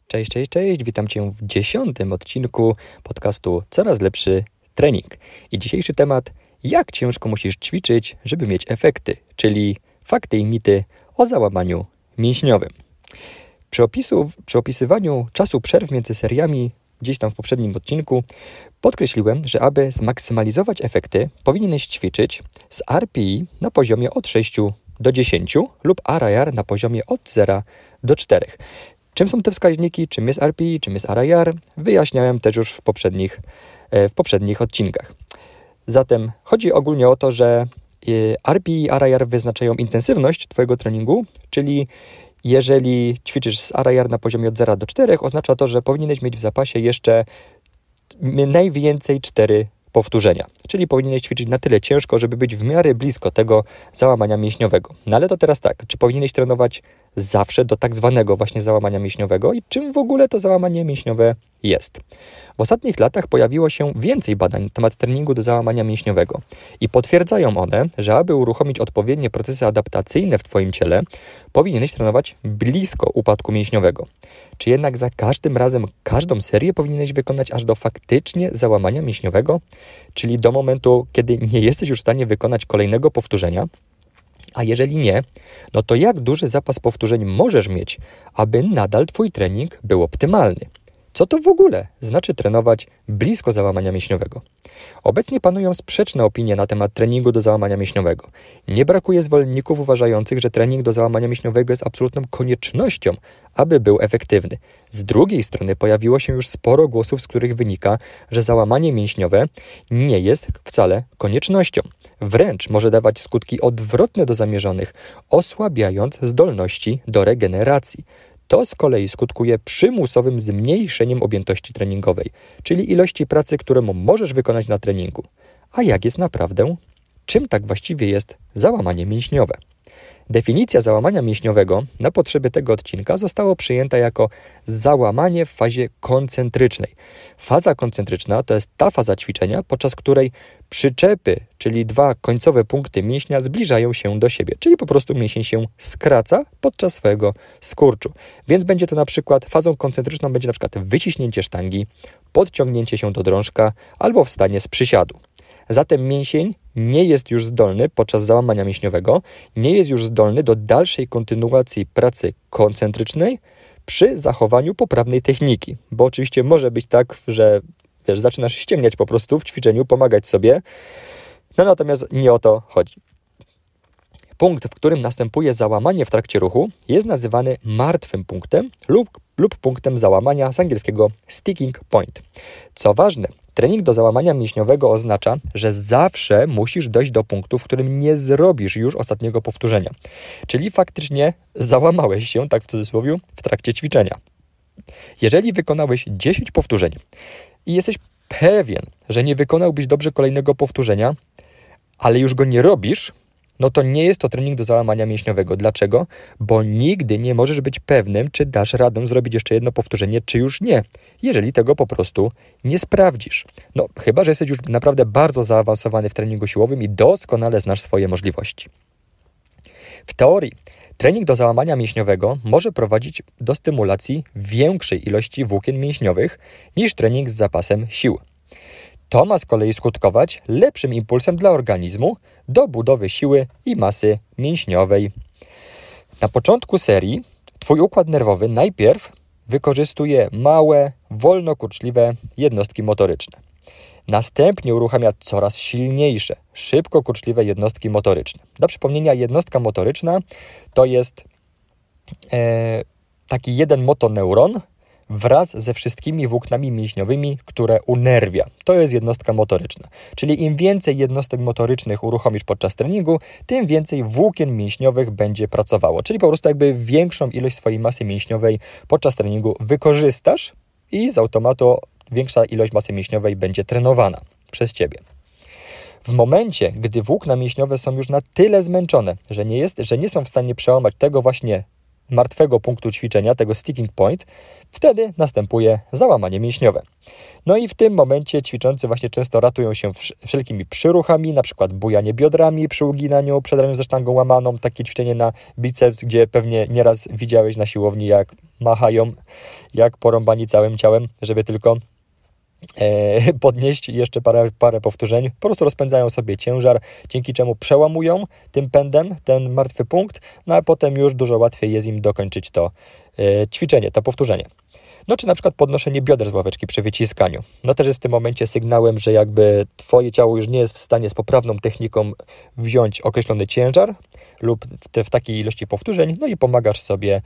Cześć, witam Cię w 10. odcinku podcastu Coraz lepszy trening. I dzisiejszy temat, jak ciężko musisz ćwiczyć, żeby mieć efekty, czyli fakty i mity o załamaniu mięśniowym. Przy opisywaniu czasu przerw między seriami, gdzieś tam w poprzednim odcinku, podkreśliłem, że aby zmaksymalizować efekty, powinieneś ćwiczyć z RPE na poziomie od 6 do 10 lub RIR na poziomie od 0 do 4. Czym są te wskaźniki, czym jest RPE, czym jest RIR, wyjaśniałem też już w poprzednich odcinkach. Zatem chodzi ogólnie o to, że RPE i RIR wyznaczają intensywność Twojego treningu, czyli jeżeli ćwiczysz z RIR na poziomie od 0 do 4, oznacza to, że powinieneś mieć w zapasie jeszcze najwięcej 4 powtórzenia. Czyli powinieneś ćwiczyć na tyle ciężko, żeby być w miarę blisko tego załamania mięśniowego. No ale to teraz tak, czy powinieneś trenować zawsze do tak zwanego właśnie załamania mięśniowego i czym w ogóle to załamanie mięśniowe jest? W ostatnich latach pojawiło się więcej badań na temat treningu do załamania mięśniowego i potwierdzają one, że aby uruchomić odpowiednie procesy adaptacyjne w Twoim ciele, powinieneś trenować blisko upadku mięśniowego. Czy jednak za każdym razem każdą serię powinieneś wykonać aż do faktycznie załamania mięśniowego, czyli do momentu, kiedy nie jesteś już w stanie wykonać kolejnego powtórzenia? A jeżeli nie, no to jak duży zapas powtórzeń możesz mieć, aby nadal Twój trening był optymalny? Co to w ogóle znaczy trenować blisko załamania mięśniowego? Obecnie panują sprzeczne opinie na temat treningu do załamania mięśniowego. Nie brakuje zwolenników uważających, że trening do załamania mięśniowego jest absolutną koniecznością, aby był efektywny. Z drugiej strony pojawiło się już sporo głosów, z których wynika, że załamanie mięśniowe nie jest wcale koniecznością. Wręcz może dawać skutki odwrotne do zamierzonych, osłabiając zdolności do regeneracji. To z kolei skutkuje przymusowym zmniejszeniem objętości treningowej, czyli ilości pracy, którą możesz wykonać na treningu. A jak jest naprawdę? Czym tak właściwie jest załamanie mięśniowe? Definicja załamania mięśniowego na potrzeby tego odcinka została przyjęta jako załamanie w fazie koncentrycznej. Faza koncentryczna to jest ta faza ćwiczenia, podczas której przyczepy, czyli dwa końcowe punkty mięśnia zbliżają się do siebie, czyli po prostu mięsień się skraca podczas swojego skurczu. Więc będzie to na przykład, fazą koncentryczną będzie na przykład wyciśnięcie sztangi, podciągnięcie się do drążka albo wstanie z przysiadu. Zatem mięsień nie jest już zdolny podczas załamania mięśniowego, nie jest już zdolny do dalszej kontynuacji pracy koncentrycznej przy zachowaniu poprawnej techniki. Bo oczywiście może być tak, że zaczynasz ściemniać po prostu w ćwiczeniu, pomagać sobie, no natomiast nie o to chodzi. Punkt, w którym następuje załamanie w trakcie ruchu, jest nazywany martwym punktem lub punktem załamania, z angielskiego sticking point. Co ważne, trening do załamania mięśniowego oznacza, że zawsze musisz dojść do punktu, w którym nie zrobisz już ostatniego powtórzenia. Czyli faktycznie załamałeś się, tak w cudzysłowie, w trakcie ćwiczenia. Jeżeli wykonałeś 10 powtórzeń i jesteś pewien, że nie wykonałbyś dobrze kolejnego powtórzenia, ale już go nie robisz, no to nie jest to trening do załamania mięśniowego. Dlaczego? Bo nigdy nie możesz być pewnym, czy dasz radę zrobić jeszcze jedno powtórzenie, czy już nie, jeżeli tego po prostu nie sprawdzisz. No, chyba że jesteś już naprawdę bardzo zaawansowany w treningu siłowym i doskonale znasz swoje możliwości. W teorii trening do załamania mięśniowego może prowadzić do stymulacji większej ilości włókien mięśniowych niż trening z zapasem sił. To ma z kolei skutkować lepszym impulsem dla organizmu do budowy siły i masy mięśniowej. Na początku serii Twój układ nerwowy najpierw wykorzystuje małe, wolno kurczliwe jednostki motoryczne. Następnie uruchamia coraz silniejsze, szybko kurczliwe jednostki motoryczne. Dla przypomnienia, jednostka motoryczna to jest taki jeden motoneuron wraz ze wszystkimi włóknami mięśniowymi, które unerwia. To jest jednostka motoryczna. Czyli im więcej jednostek motorycznych uruchomisz podczas treningu, tym więcej włókien mięśniowych będzie pracowało. Czyli po prostu jakby większą ilość swojej masy mięśniowej podczas treningu wykorzystasz i z automatu większa ilość masy mięśniowej będzie trenowana przez Ciebie. W momencie, gdy włókna mięśniowe są już na tyle zmęczone, że nie są w stanie przełamać tego właśnie martwego punktu ćwiczenia, tego sticking point, wtedy następuje załamanie mięśniowe. No i w tym momencie ćwiczący właśnie często ratują się wszelkimi przyruchami, na przykład bujanie biodrami przy uginaniu, przedramieniu ze sztangą łamaną, takie ćwiczenie na biceps, gdzie pewnie nieraz widziałeś na siłowni, jak machają, jak porąbani całym ciałem, żeby tylko podnieść jeszcze parę powtórzeń. Po prostu rozpędzają sobie ciężar, dzięki czemu przełamują tym pędem ten martwy punkt, no a potem już dużo łatwiej jest im dokończyć to ćwiczenie, to powtórzenie. No czy na przykład podnoszenie bioder z ławeczki przy wyciskaniu. No też jest w tym momencie sygnałem, że jakby twoje ciało już nie jest w stanie z poprawną techniką wziąć określony ciężar lub w takiej ilości powtórzeń, no i pomagasz sobie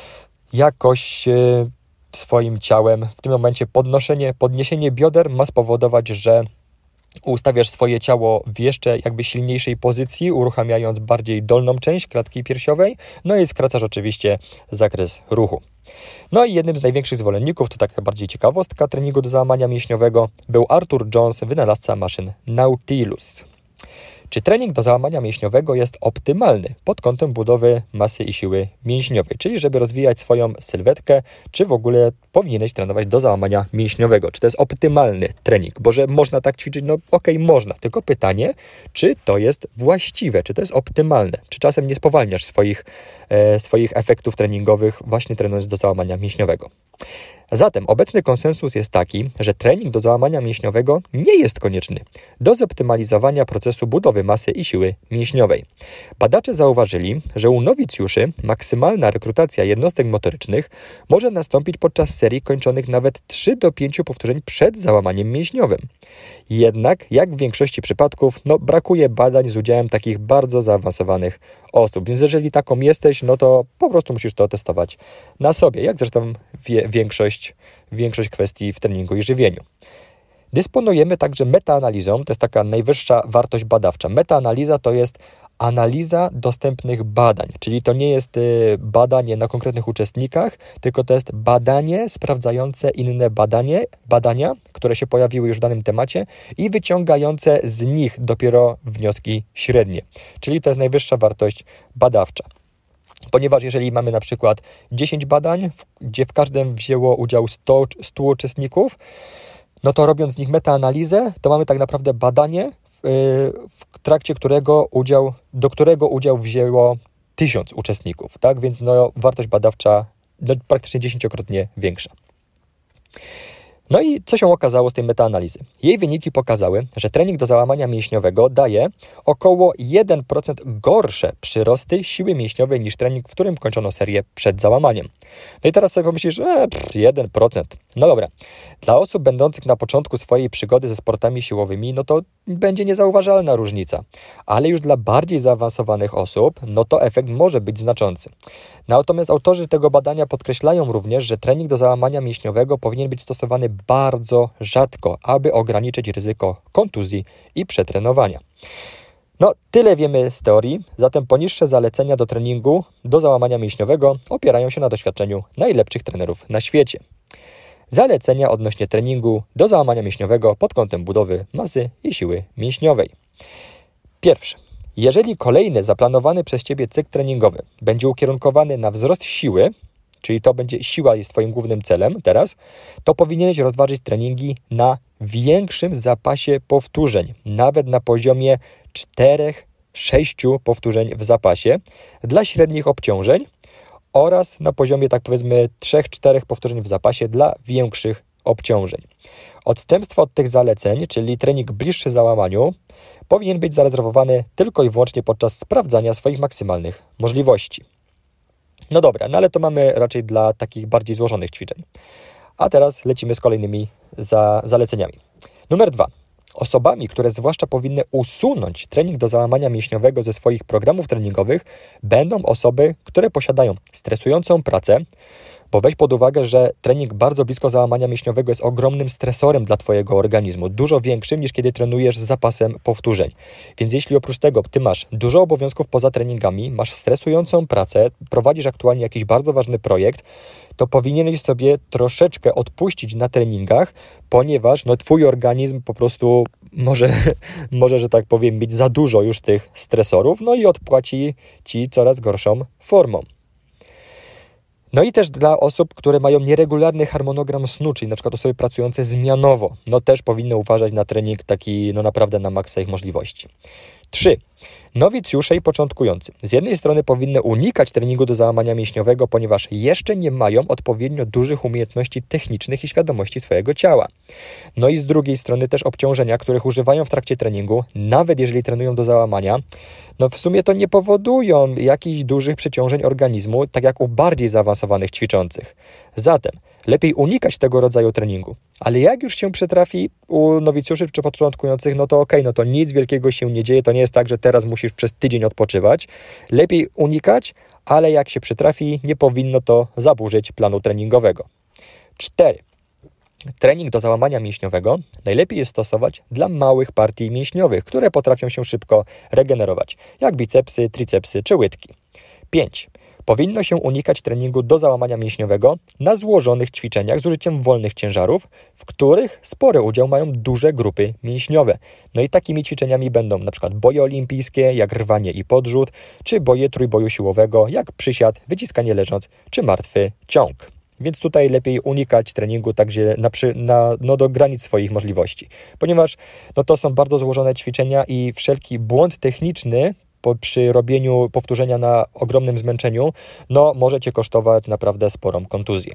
jakoś swoim ciałem. W tym momencie podniesienie bioder ma spowodować, że ustawiasz swoje ciało w jeszcze jakby silniejszej pozycji, uruchamiając bardziej dolną część klatki piersiowej, no i skracasz oczywiście zakres ruchu. No i jednym z największych zwolenników, to taka bardziej ciekawostka treningu do załamania mięśniowego, był Arthur Jones, wynalazca maszyn Nautilus. Czy trening do załamania mięśniowego jest optymalny pod kątem budowy masy i siły mięśniowej? Czyli żeby rozwijać swoją sylwetkę, czy w ogóle powinieneś trenować do załamania mięśniowego? Czy to jest optymalny trening? Bo że można tak ćwiczyć, no okej, można. Tylko pytanie, czy to jest właściwe? Czy to jest optymalne? Czy czasem nie spowalniasz swoich efektów treningowych właśnie trenując do załamania mięśniowego? Zatem obecny konsensus jest taki, że trening do załamania mięśniowego nie jest konieczny do zoptymalizowania procesu budowy masy i siły mięśniowej. Badacze zauważyli, że u nowicjuszy maksymalna rekrutacja jednostek motorycznych może nastąpić podczas serii kończonych nawet 3 do 5 powtórzeń przed załamaniem mięśniowym. Jednak, jak w większości przypadków, brakuje badań z udziałem takich bardzo zaawansowanych osób. Więc jeżeli taką jesteś, no to po prostu musisz to testować na sobie, jak zresztą większość kwestii w treningu i żywieniu. Dysponujemy także metaanalizą, to jest taka najwyższa wartość badawcza. Metaanaliza to jest analiza dostępnych badań, czyli to nie jest badanie na konkretnych uczestnikach, tylko to jest badanie sprawdzające inne badania, które się pojawiły już w danym temacie i wyciągające z nich dopiero wnioski średnie, czyli to jest najwyższa wartość badawcza. Ponieważ jeżeli mamy na przykład 10 badań, gdzie w każdym wzięło udział 100 uczestników, no to robiąc z nich metaanalizę, to mamy tak naprawdę badanie, w trakcie do którego udział wzięło 1000 uczestników, tak? Więc wartość badawcza praktycznie 10-krotnie większa. No i co się okazało z tej metaanalizy? Jej wyniki pokazały, że trening do załamania mięśniowego daje około 1% gorsze przyrosty siły mięśniowej niż trening, w którym kończono serię przed załamaniem. No i teraz sobie pomyślisz, 1%. No dobra, dla osób będących na początku swojej przygody ze sportami siłowymi, no to będzie niezauważalna różnica. Ale już dla bardziej zaawansowanych osób, no to efekt może być znaczący. Natomiast autorzy tego badania podkreślają również, że trening do załamania mięśniowego powinien być stosowany bardzo rzadko, aby ograniczyć ryzyko kontuzji i przetrenowania. No, tyle wiemy z teorii, zatem poniższe zalecenia do treningu do załamania mięśniowego opierają się na doświadczeniu najlepszych trenerów na świecie. Zalecenia odnośnie treningu do załamania mięśniowego pod kątem budowy masy i siły mięśniowej. Pierwsze. Jeżeli kolejny zaplanowany przez Ciebie cykl treningowy będzie ukierunkowany na wzrost siły, czyli to będzie siła jest Twoim głównym celem teraz, to powinieneś rozważyć treningi na większym zapasie powtórzeń, nawet na poziomie 4-6 powtórzeń w zapasie dla średnich obciążeń oraz na poziomie tak powiedzmy 3-4 powtórzeń w zapasie dla większych obciążeń. Odstępstwo od tych zaleceń, czyli trening bliższy załamaniu, powinien być zarezerwowany tylko i wyłącznie podczas sprawdzania swoich maksymalnych możliwości. No dobra, ale to mamy raczej dla takich bardziej złożonych ćwiczeń. A teraz lecimy z kolejnymi zaleceniami. Numer 2. Osobami, które zwłaszcza powinny usunąć trening do załamania mięśniowego ze swoich programów treningowych, będą osoby, które posiadają stresującą pracę, bo weź pod uwagę, że trening bardzo blisko załamania mięśniowego jest ogromnym stresorem dla Twojego organizmu, dużo większym niż kiedy trenujesz z zapasem powtórzeń. Więc jeśli oprócz tego Ty masz dużo obowiązków poza treningami, masz stresującą pracę, prowadzisz aktualnie jakiś bardzo ważny projekt, to powinieneś sobie troszeczkę odpuścić na treningach, ponieważ Twój organizm po prostu może, że tak powiem, mieć za dużo już tych stresorów, i odpłaci Ci coraz gorszą formą. No i też dla osób, które mają nieregularny harmonogram snu, czyli na przykład osoby pracujące zmianowo, no też powinny uważać na trening taki naprawdę na maksa ich możliwości. 3. Nowicjusze i początkujący. Z jednej strony powinny unikać treningu do załamania mięśniowego, ponieważ jeszcze nie mają odpowiednio dużych umiejętności technicznych i świadomości swojego ciała. No i z drugiej strony też obciążenia, których używają w trakcie treningu, nawet jeżeli trenują do załamania, no w sumie to nie powodują jakichś dużych przeciążeń organizmu, tak jak u bardziej zaawansowanych ćwiczących. Zatem lepiej unikać tego rodzaju treningu. Ale jak już się przytrafi u nowicjuszy czy początkujących, no to okej, no to nic wielkiego się nie dzieje. To nie jest tak, że teraz musisz przez tydzień odpoczywać. Lepiej unikać, ale jak się przytrafi, nie powinno to zaburzyć planu treningowego. 4. Trening do załamania mięśniowego najlepiej jest stosować dla małych partii mięśniowych, które potrafią się szybko regenerować, jak bicepsy, tricepsy czy łydki. 5. Powinno się unikać treningu do załamania mięśniowego na złożonych ćwiczeniach z użyciem wolnych ciężarów, w których spory udział mają duże grupy mięśniowe. No i takimi ćwiczeniami będą np. boje olimpijskie, jak rwanie i podrzut, czy boje trójboju siłowego, jak przysiad, wyciskanie leżąc, czy martwy ciąg. Więc tutaj lepiej unikać treningu także do granic swoich możliwości, ponieważ to są bardzo złożone ćwiczenia i wszelki błąd techniczny przy robieniu powtórzenia na ogromnym zmęczeniu, może Cię kosztować naprawdę sporą kontuzję.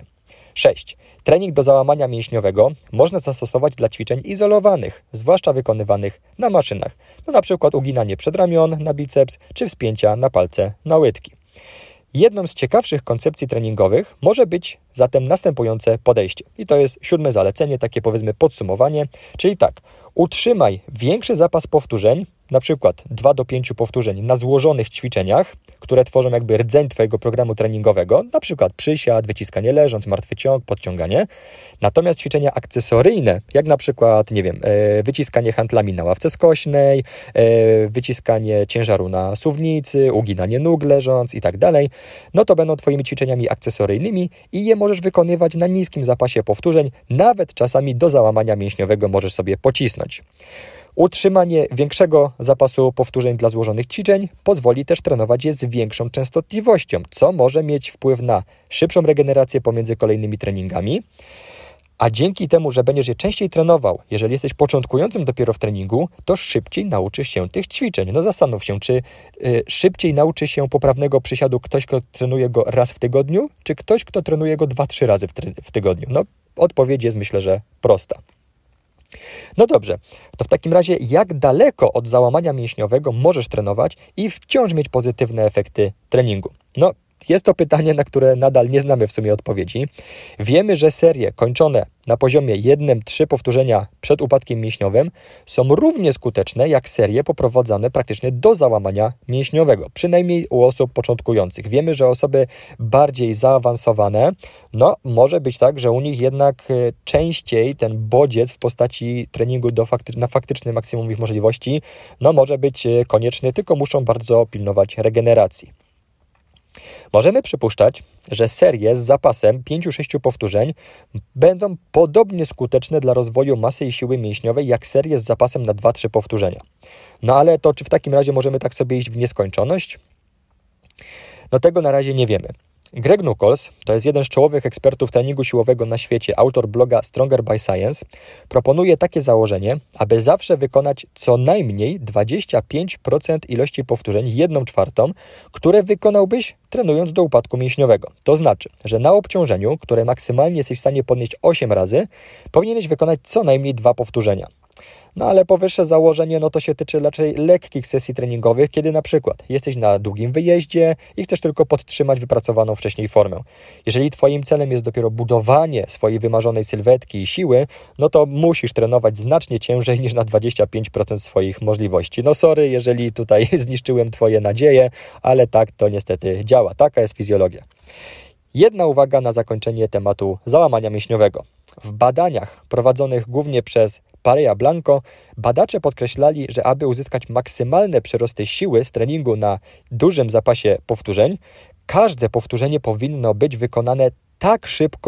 6. Trening do załamania mięśniowego można zastosować dla ćwiczeń izolowanych, zwłaszcza wykonywanych na maszynach, na przykład uginanie przedramion na biceps, czy wspięcia na palce na łydki. Jedną z ciekawszych koncepcji treningowych może być zatem następujące podejście. I to jest 7. zalecenie, takie powiedzmy podsumowanie, czyli tak, utrzymaj większy zapas powtórzeń, na przykład 2 do 5 powtórzeń na złożonych ćwiczeniach, które tworzą jakby rdzeń Twojego programu treningowego, na przykład przysiad, wyciskanie leżąc, martwy ciąg, podciąganie. Natomiast ćwiczenia akcesoryjne, jak na przykład, wyciskanie handlami na ławce skośnej, wyciskanie ciężaru na suwnicy, uginanie nóg leżąc i tak dalej, to będą Twoimi ćwiczeniami akcesoryjnymi i je możesz wykonywać na niskim zapasie powtórzeń, nawet czasami do załamania mięśniowego możesz sobie pocisnąć. Utrzymanie większego zapasu powtórzeń dla złożonych ćwiczeń pozwoli też trenować je z większą częstotliwością, co może mieć wpływ na szybszą regenerację pomiędzy kolejnymi treningami, a dzięki temu, że będziesz je częściej trenował, jeżeli jesteś początkującym dopiero w treningu, to szybciej nauczysz się tych ćwiczeń. Zastanów się, czy szybciej nauczy się poprawnego przysiadu ktoś, kto trenuje go raz w tygodniu, czy ktoś, kto trenuje go 2-3 razy w tygodniu. Odpowiedź jest, myślę, że prosta. Dobrze, to w takim razie jak daleko od załamania mięśniowego możesz trenować i wciąż mieć pozytywne efekty treningu? Jest to pytanie, na które nadal nie znamy w sumie odpowiedzi. Wiemy, że serie kończone na poziomie 1-3 powtórzenia przed upadkiem mięśniowym są równie skuteczne jak serie poprowadzone praktycznie do załamania mięśniowego, przynajmniej u osób początkujących. Wiemy, że osoby bardziej zaawansowane, może być tak, że u nich jednak częściej ten bodziec w postaci treningu na faktyczne maksimum ich możliwości, może być konieczny, tylko muszą bardzo pilnować regeneracji. Możemy przypuszczać, że serie z zapasem 5-6 powtórzeń będą podobnie skuteczne dla rozwoju masy i siły mięśniowej jak serie z zapasem na 2-3 powtórzenia. Ale to czy w takim razie możemy tak sobie iść w nieskończoność? Tego na razie nie wiemy. Greg Nuckols, to jest jeden z czołowych ekspertów treningu siłowego na świecie, autor bloga Stronger by Science, proponuje takie założenie, aby zawsze wykonać co najmniej 25% ilości powtórzeń, 1/4, które wykonałbyś trenując do upadku mięśniowego. To znaczy, że na obciążeniu, które maksymalnie jesteś w stanie podnieść 8 razy, powinieneś wykonać co najmniej 2 powtórzenia. Ale powyższe założenie to się tyczy raczej lekkich sesji treningowych, kiedy na przykład jesteś na długim wyjeździe i chcesz tylko podtrzymać wypracowaną wcześniej formę. Jeżeli Twoim celem jest dopiero budowanie swojej wymarzonej sylwetki i siły, to musisz trenować znacznie ciężej niż na 25% swoich możliwości. Sorry, jeżeli tutaj zniszczyłem Twoje nadzieje, ale tak to niestety działa. Taka jest fizjologia. Jedna uwaga na zakończenie tematu załamania mięśniowego. W badaniach prowadzonych głównie przez Pareja Blanco badacze podkreślali, że aby uzyskać maksymalne przyrosty siły z treningu na dużym zapasie powtórzeń, każde powtórzenie powinno być wykonane tak szybko,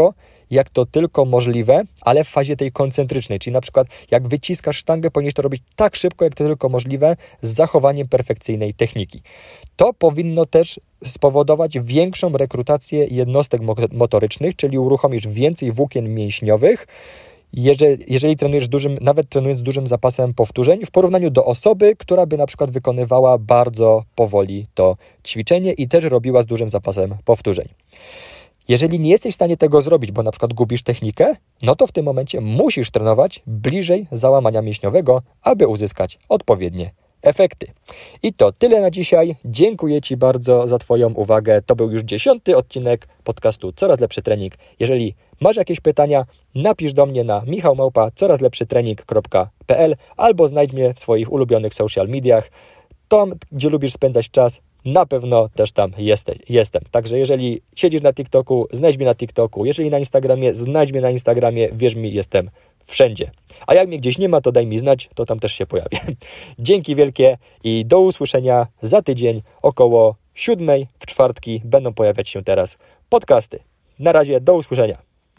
jak to tylko możliwe, ale w fazie tej koncentrycznej, czyli na przykład jak wyciskasz sztangę, powinieneś to robić tak szybko, jak to tylko możliwe, z zachowaniem perfekcyjnej techniki. To powinno też spowodować większą rekrutację jednostek motorycznych, czyli uruchomisz więcej włókien mięśniowych, jeżeli trenujesz nawet trenując dużym zapasem powtórzeń, w porównaniu do osoby, która by na przykład wykonywała bardzo powoli to ćwiczenie i też robiła z dużym zapasem powtórzeń. Jeżeli nie jesteś w stanie tego zrobić, bo na przykład gubisz technikę, no to w tym momencie musisz trenować bliżej załamania mięśniowego, aby uzyskać odpowiednie efekty. I to tyle na dzisiaj. Dziękuję Ci bardzo za Twoją uwagę. To był już 10. odcinek podcastu Coraz Lepszy Trening. Jeżeli masz jakieś pytania, napisz do mnie na michał@corazlepszytrening.pl albo znajdź mnie w swoich ulubionych social mediach. Tam, gdzie lubisz spędzać czas, na pewno też tam jestem. Także jeżeli siedzisz na TikToku, znajdź mnie na TikToku. Jeżeli na Instagramie, znajdź mnie na Instagramie. Wierz mi, jestem wszędzie. A jak mnie gdzieś nie ma, to daj mi znać, to tam też się pojawię. Dzięki wielkie i do usłyszenia za tydzień około 7:00 w czwartki będą pojawiać się teraz podcasty. Na razie, do usłyszenia.